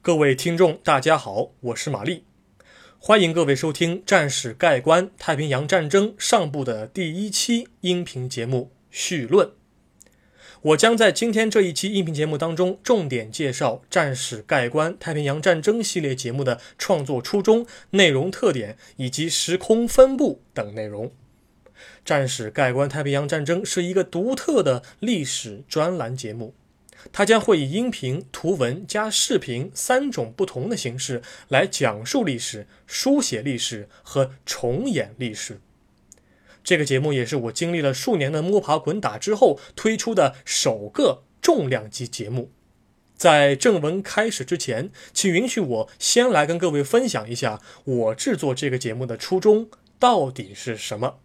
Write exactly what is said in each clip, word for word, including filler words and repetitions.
各位听众大家好，我是玛丽，欢迎各位收听《战史概观：太平洋战争上部》的第一期音频节目绪论。我将在今天这一期音频节目当中重点介绍《战史概观：太平洋战争》系列节目的创作初衷、内容特点以及时空分布等内容。《战史概观：太平洋战争》是一个独特的历史专栏节目，它将会以音频、图文加视频三种不同的形式来讲述历史、书写历史和重演历史。这个节目也是我经历了数年的摸爬滚打之后推出的首个重量级节目。在正文开始之前，请允许我先来跟各位分享一下我制作这个节目的初衷到底是什么。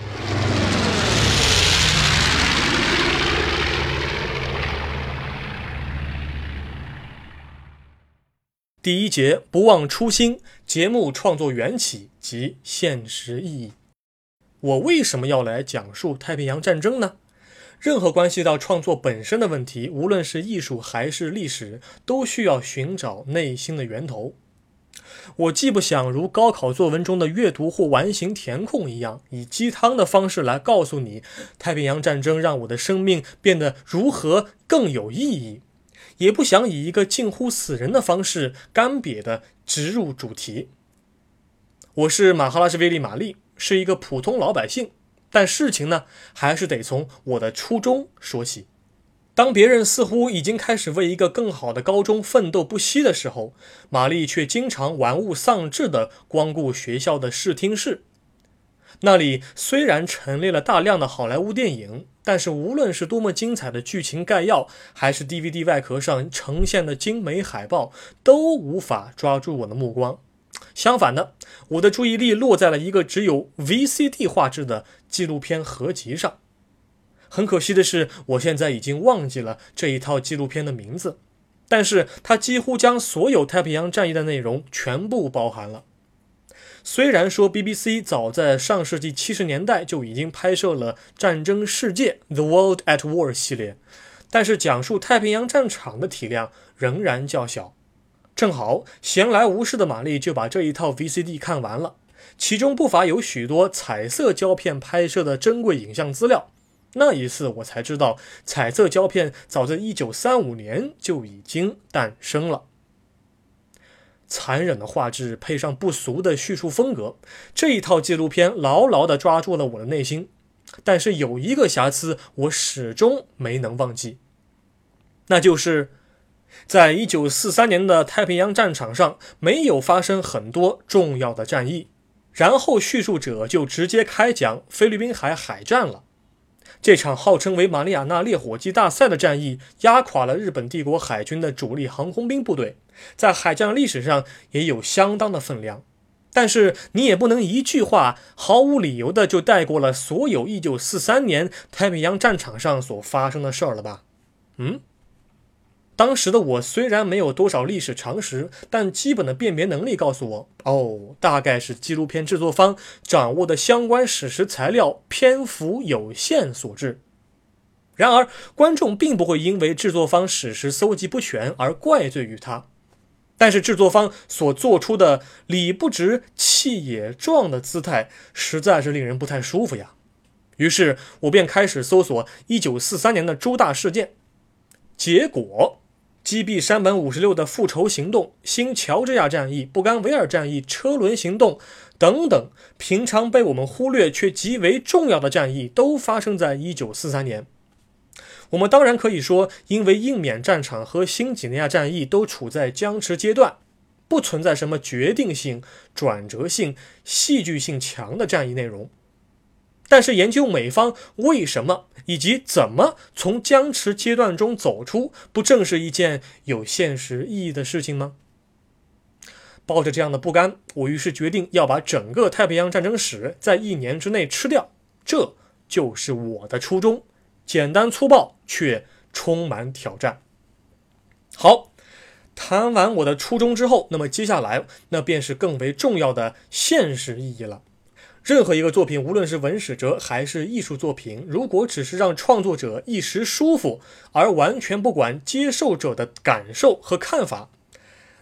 第一节，不忘初心，节目创作缘起及现实意义。我为什么要来讲述太平洋战争呢？任何关系到创作本身的问题，无论是艺术还是历史，都需要寻找内心的源头。我既不想如高考作文中的阅读或完形填空一样，以鸡汤的方式来告诉你太平洋战争让我的生命变得如何更有意义，也不想以一个近乎死人的方式干瘪地植入主题。我是马哈拉什维利玛丽，是一个普通老百姓，但事情呢，还是得从我的初衷说起。当别人似乎已经开始为一个更好的高中奋斗不息的时候，玛丽却经常玩物丧志地光顾学校的视听室。那里虽然陈列了大量的好莱坞电影，但是无论是多么精彩的剧情概要，还是 D V D 外壳上呈现的精美海报，都无法抓住我的目光。相反的，我的注意力落在了一个只有 V C D 画质的纪录片合集上。很可惜的是，我现在已经忘记了这一套纪录片的名字，但是它几乎将所有太平洋战役的内容全部包含了。虽然说 B B C 早在上世纪七十年代就已经拍摄了《战争世界》The World at War 系列，但是讲述太平洋战场的体量仍然较小。正好闲来无事的玛丽就把这一套 V C D 看完了，其中不乏有许多彩色胶片拍摄的珍贵影像资料。那一次我才知道，彩色胶片早在一九三五年就已经诞生了。残忍的画质配上不俗的叙述风格，这一套纪录片牢牢地抓住了我的内心。但是有一个瑕疵我始终没能忘记，那就是在一九四三年的太平洋战场上没有发生很多重要的战役，然后叙述者就直接开讲菲律宾海海战了。这场号称为马里亚纳烈火鸡大赛的战役压垮了日本帝国海军的主力航空兵部队，在海战历史上也有相当的分量。但是你也不能一句话毫无理由的就带过了所有一九四三年太平洋战场上所发生的事儿了吧？嗯？当时的我虽然没有多少历史常识，但基本的辨别能力告诉我，哦，大概是纪录片制作方掌握的相关史实材料篇幅有限所致。然而，观众并不会因为制作方史实搜集不全而怪罪于他，但是制作方所做出的理不直气也壮的姿态，实在是令人不太舒服呀。于是我便开始搜索一九四三年的诸大事件，结果击毙山本五十六的复仇行动、新乔治亚战役、布干维尔战役、车轮行动等等，平常被我们忽略却极为重要的战役都发生在一九四三年。我们当然可以说，因为印缅战场和新几内亚战役都处在僵持阶段，不存在什么决定性、转折性、戏剧性强的战役内容。但是研究美方为什么以及怎么从僵持阶段中走出，不正是一件有现实意义的事情吗？抱着这样的不甘，我于是决定要把整个太平洋战争史在一年之内吃掉，这就是我的初衷，简单粗暴却充满挑战。好，谈完我的初衷之后，那么接下来那便是更为重要的现实意义了。任何一个作品，无论是文史哲还是艺术作品，如果只是让创作者一时舒服，而完全不管接受者的感受和看法，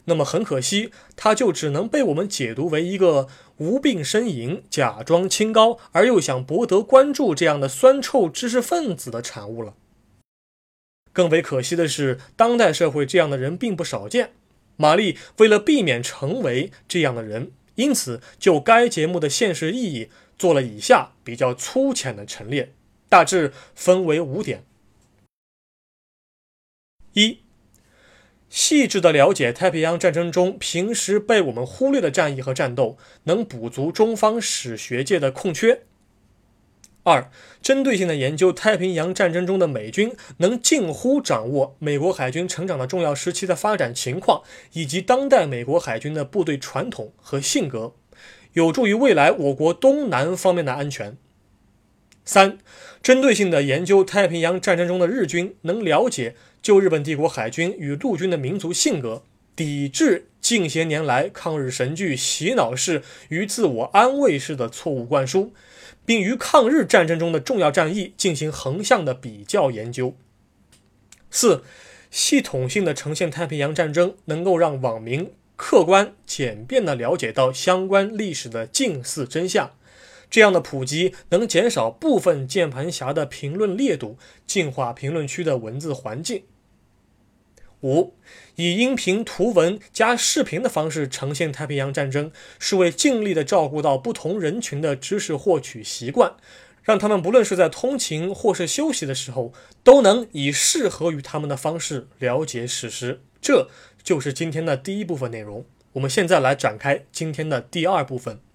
那么很可惜，它就只能被我们解读为一个无病呻吟、假装清高而又想博得关注这样的酸臭知识分子的产物了。更为可惜的是，当代社会这样的人并不少见。玛丽为了避免成为这样的人，因此就该节目的现实意义做了以下比较粗浅的陈列，大致分为五点。一、细致地了解太平洋战争中平时被我们忽略的战役和战斗，能补足中方史学界的空缺。二、针对性地研究太平洋战争中的美军，能近乎掌握美国海军成长的重要时期的发展情况，以及当代美国海军的部队传统和性格，有助于未来我国东南方面的安全。三、针对性地研究太平洋战争中的日军，能了解旧日本帝国海军与陆军的民族性格，抵制近些年来抗日神剧洗脑式与自我安慰式的错误灌输，并于抗日战争中的重要战役进行横向的比较研究。四、系统性的呈现太平洋战争，能够让网民客观简便地了解到相关历史的近似真相。这样的普及能减少部分键盘侠的评论烈度，净化评论区的文字环境。五、以音频、图文加视频的方式呈现太平洋战争，是为尽力地照顾到不同人群的知识获取习惯，让他们不论是在通勤或是休息的时候，都能以适合于他们的方式了解史实。这就是今天的第一部分内容。我们现在来展开今天的第二部分。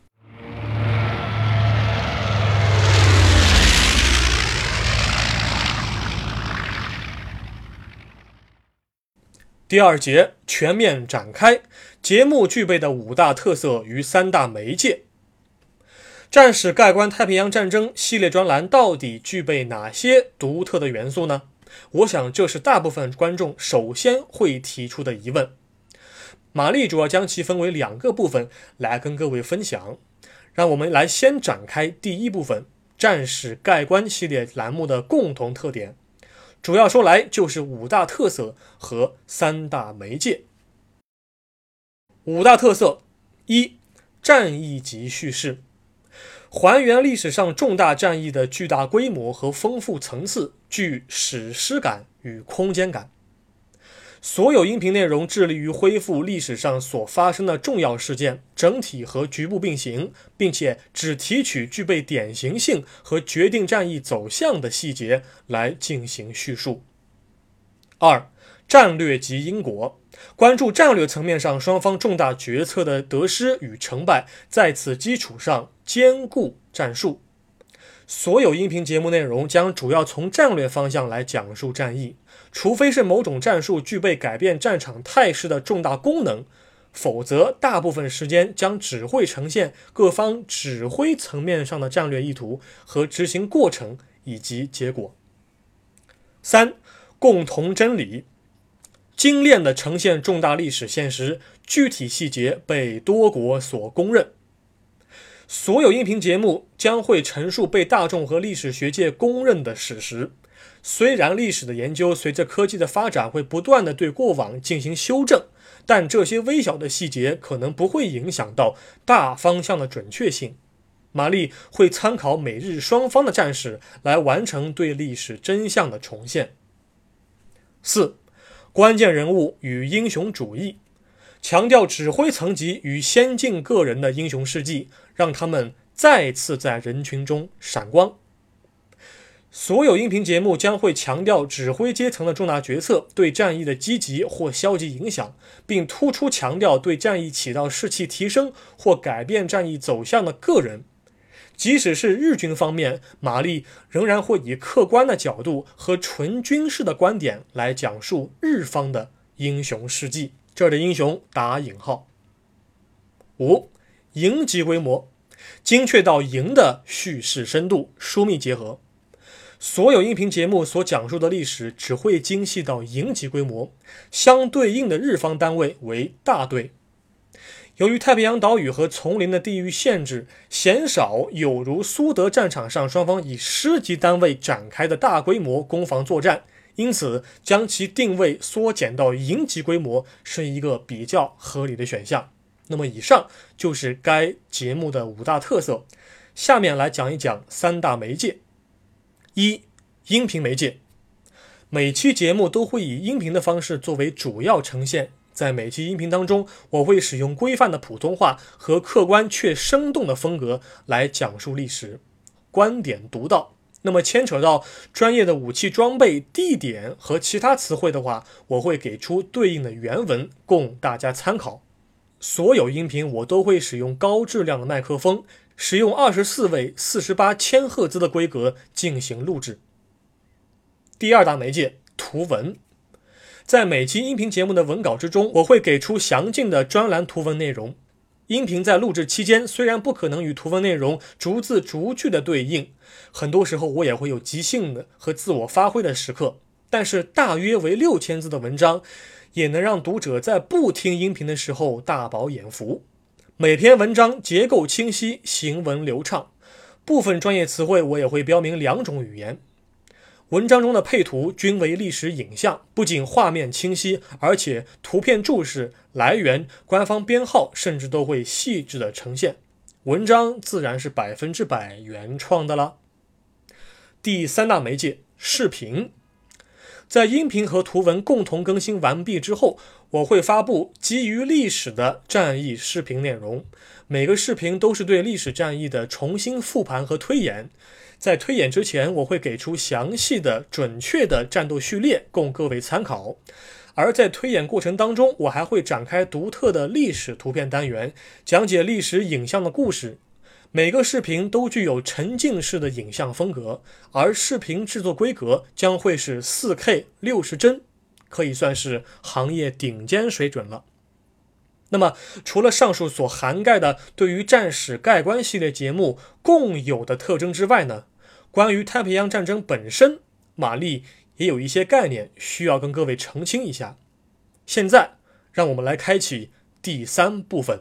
第二节全面展开，节目具备的五大特色与三大媒介。战史概观太平洋战争系列专栏到底具备哪些独特的元素呢？我想这是大部分观众首先会提出的疑问。玛丽主要将其分为两个部分来跟各位分享。让我们来先展开第一部分，战史概观系列栏目的共同特点。主要说来就是五大特色和三大媒介。五大特色：一、战役及叙事，还原历史上重大战役的巨大规模和丰富层次，具史诗感与空间感。所有音频内容致力于恢复历史上所发生的重要事件，整体和局部并行，并且只提取具备典型性和决定战役走向的细节来进行叙述。二、战略及因果，关注战略层面上双方重大决策的得失与成败，在此基础上兼顾战术。所有音频节目内容将主要从战略方向来讲述战役，除非是某种战术具备改变战场态势的重大功能，否则大部分时间将只会呈现各方指挥层面上的战略意图和执行过程以及结果。三、共同真理，精炼地呈现重大历史现实，具体细节被多国所公认。所有音频节目将会陈述被大众和历史学界公认的史实。虽然历史的研究随着科技的发展会不断地对过往进行修正，但这些微小的细节可能不会影响到大方向的准确性。玛丽会参考美日双方的战史来完成对历史真相的重现。四、关键人物与英雄主义，强调指挥层级与先进个人的英雄事迹，让他们再次在人群中闪光。所有音频节目将会强调指挥阶层的重大决策对战役的积极或消极影响，并突出强调对战役起到士气提升或改变战役走向的个人。即使是日军方面，玛丽仍然会以客观的角度和纯军事的观点来讲述日方的英雄事迹，这儿的英雄打引号。五、营级规模，精确到营的叙事深度，疏密结合。所有音频节目所讲述的历史只会精细到营级规模，相对应的日方单位为大队。由于太平洋岛屿和丛林的地域限制，鲜少有如苏德战场上双方以师级单位展开的大规模攻防作战， 因此将其定位缩减到营级规模是一个比较合理的选项。那么以上就是该节目的五大特色，下面来讲一讲三大媒介。一、音频媒介。每期节目都会以音频的方式作为主要呈现，在每期音频当中，我会使用规范的普通话和客观却生动的风格来讲述历史，观点独到。那么牵扯到专业的武器装备、地点和其他词汇的话，我会给出对应的原文供大家参考。所有音频我都会使用高质量的麦克风，使用二十四位四十八千赫兹的规格进行录制。第二大媒介，图文。在每期音频节目的文稿之中，我会给出详尽的专栏图文内容。音频在录制期间虽然不可能与图文内容逐字逐句的对应，很多时候我也会有即兴的和自我发挥的时刻，但是大约为六千字的文章也能让读者在不听音频的时候大饱眼福。每篇文章结构清晰，行文流畅，部分专业词汇我也会标明两种语言。文章中的配图均为历史影像，不仅画面清晰，而且图片注释、来源、官方编号甚至都会细致的呈现，文章自然是百分之百原创的了。第三大媒介，视频。在音频和图文共同更新完毕之后，我会发布基于历史的战役视频内容，每个视频都是对历史战役的重新复盘和推演。在推演之前，我会给出详细的、准确的战斗序列供各位参考。而在推演过程当中，我还会展开独特的历史图片单元，讲解历史影像的故事。每个视频都具有沉浸式的影像风格，而视频制作规格将会是 四K 六十帧，可以算是行业顶尖水准了。那么除了上述所涵盖的对于战史概观系列节目共有的特征之外呢，关于太平洋战争本身，玛丽也有一些概念需要跟各位澄清一下。现在让我们来开启第三部分。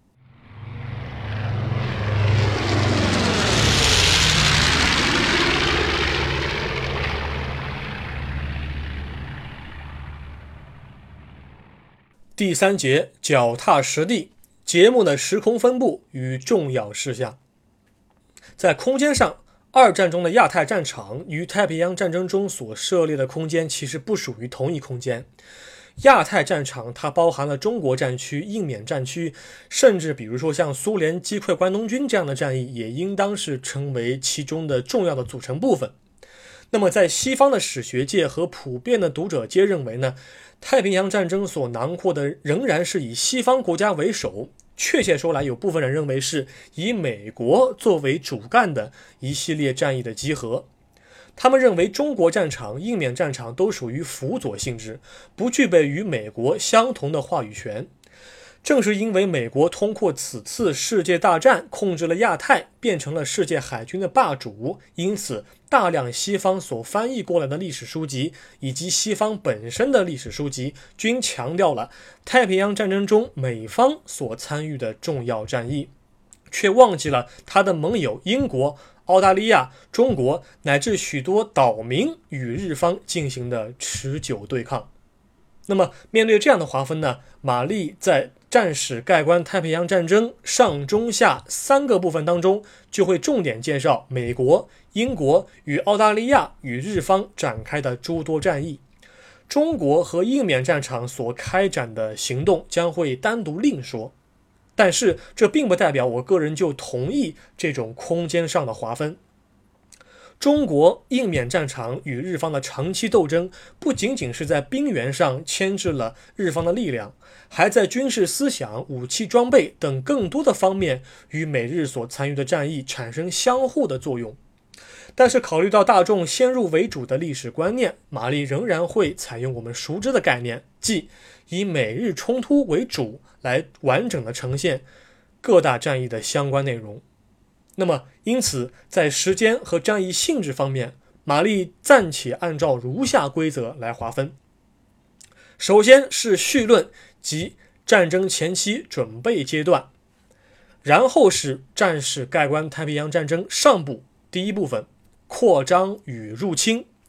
第三节，脚踏实地，节目的时空分布与重要事项。在空间上，二战中的亚太战场与太平洋战争中所涉猎的空间其实不属于同一空间。亚太战场它包含了中国战区、印缅战区，甚至比如说像苏联击溃关东军这样的战役，也应当是成为其中的重要的组成部分。那么在西方的史学界和普遍的读者皆认为呢，太平洋战争所囊括的仍然是以西方国家为首，确切说来，有部分人认为是以美国作为主干的一系列战役的集合。他们认为中国战场、印缅战场都属于辅佐性质，不具备与美国相同的话语权。正是因为美国通过此次世界大战控制了亚太，变成了世界海军的霸主，因此大量西方所翻译过来的历史书籍以及西方本身的历史书籍均强调了太平洋战争中美方所参与的重要战役，却忘记了他的盟友英国、澳大利亚、中国乃至许多岛民与日方进行的持久对抗。那么面对这样的划分呢，玛丽在战史概观太平洋战争上中下三个部分当中，就会重点介绍美国、英国与澳大利亚与日方展开的诸多战役。中国和印缅战场所开展的行动将会单独另说，但是这并不代表我个人就同意这种空间上的划分。中国印缅战场与日方的长期斗争，不仅仅是在兵源上牵制了日方的力量，还在军事思想、武器装备等更多的方面与美日所参与的战役产生相互的作用。但是考虑到大众先入为主的历史观念，玛丽仍然会采用我们熟知的概念，即以美日冲突为主，来完整的呈现各大战役的相关内容。那么因此在时间和战役性质方面，玛丽暂且按照如下规则来划分。首先是绪论及战争前期准备阶段，然后是战史概观太平洋战争上部第一部分，扩张与入侵，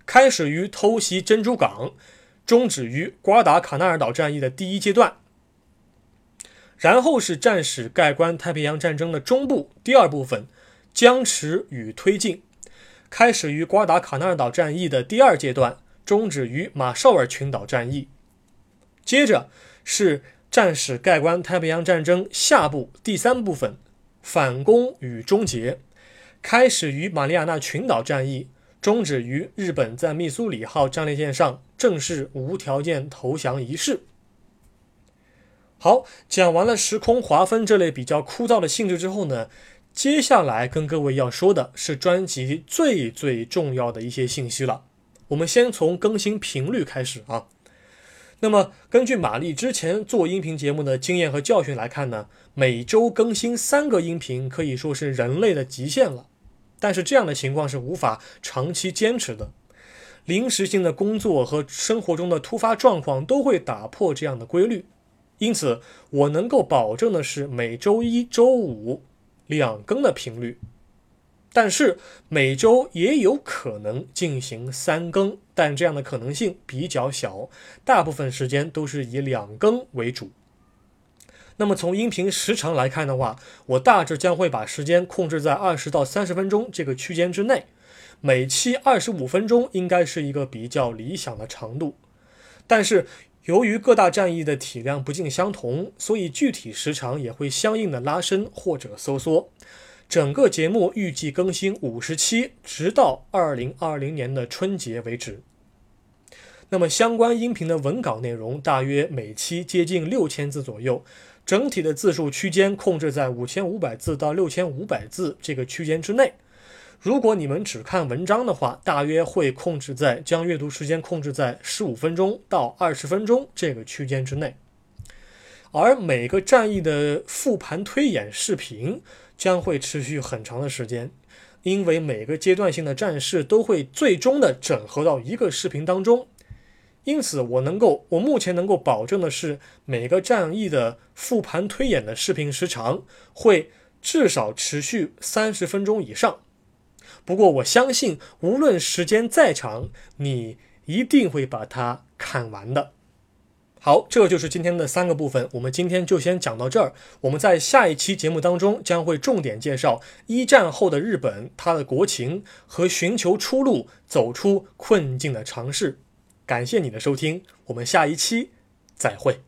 开始于偷袭珍珠港，终止于瓜达卡纳尔岛战役的第一阶段。然后是战史盖棺太平洋战争的中部第二部分，僵持与推进，开始于瓜达卡纳尔岛战役的第二阶段，终止于马绍尔群岛战役。接着是战史盖棺太平洋战争下部第三部分，反攻与终结，开始于马里亚纳群岛战役，终止于日本在密苏里号战列舰上正式无条件投降仪式。好，讲完了时空划分这类比较枯燥的性质之后呢，接下来跟各位要说的是专辑最最重要的一些信息了。我们先从更新频率开始啊。那么根据玛丽之前做音频节目的经验和教训来看呢，每周更新三个音频可以说是人类的极限了。但是这样的情况是无法长期坚持的，临时性的工作和生活中的突发状况都会打破这样的规律。因此我能够保证的是每周一周五两更的频率，但是每周也有可能进行三更，但这样的可能性比较小，大部分时间都是以两更为主。那么从音频时长来看的话，我大致将会把时间控制在二十到三十分钟这个区间之内，每期二十五分钟应该是一个比较理想的长度。但是由于各大战役的体量不尽相同，所以具体时长也会相应的拉伸或者收缩。整个节目预计更新五十期，直到二零二零年的春节为止。那么相关音频的文稿内容大约每期接近六千字左右，整体的字数区间控制在五千五百字到六千五百字这个区间之内。如果你们只看文章的话，大约会控制在将阅读时间控制在十五分钟到二十分钟这个区间之内。而每个战役的复盘推演视频将会持续很长的时间，因为每个阶段性的战事都会最终的整合到一个视频当中。因此我能够我目前能够保证的是，每个战役的复盘推演的视频时长会至少持续三十分钟以上。不过我相信无论时间再长，你一定会把它看完的。好，这就是今天的三个部分，我们今天就先讲到这儿。我们在下一期节目当中将会重点介绍一战后的日本，它的国情和寻求出路、走出困境的尝试。感谢你的收听，我们下一期再会。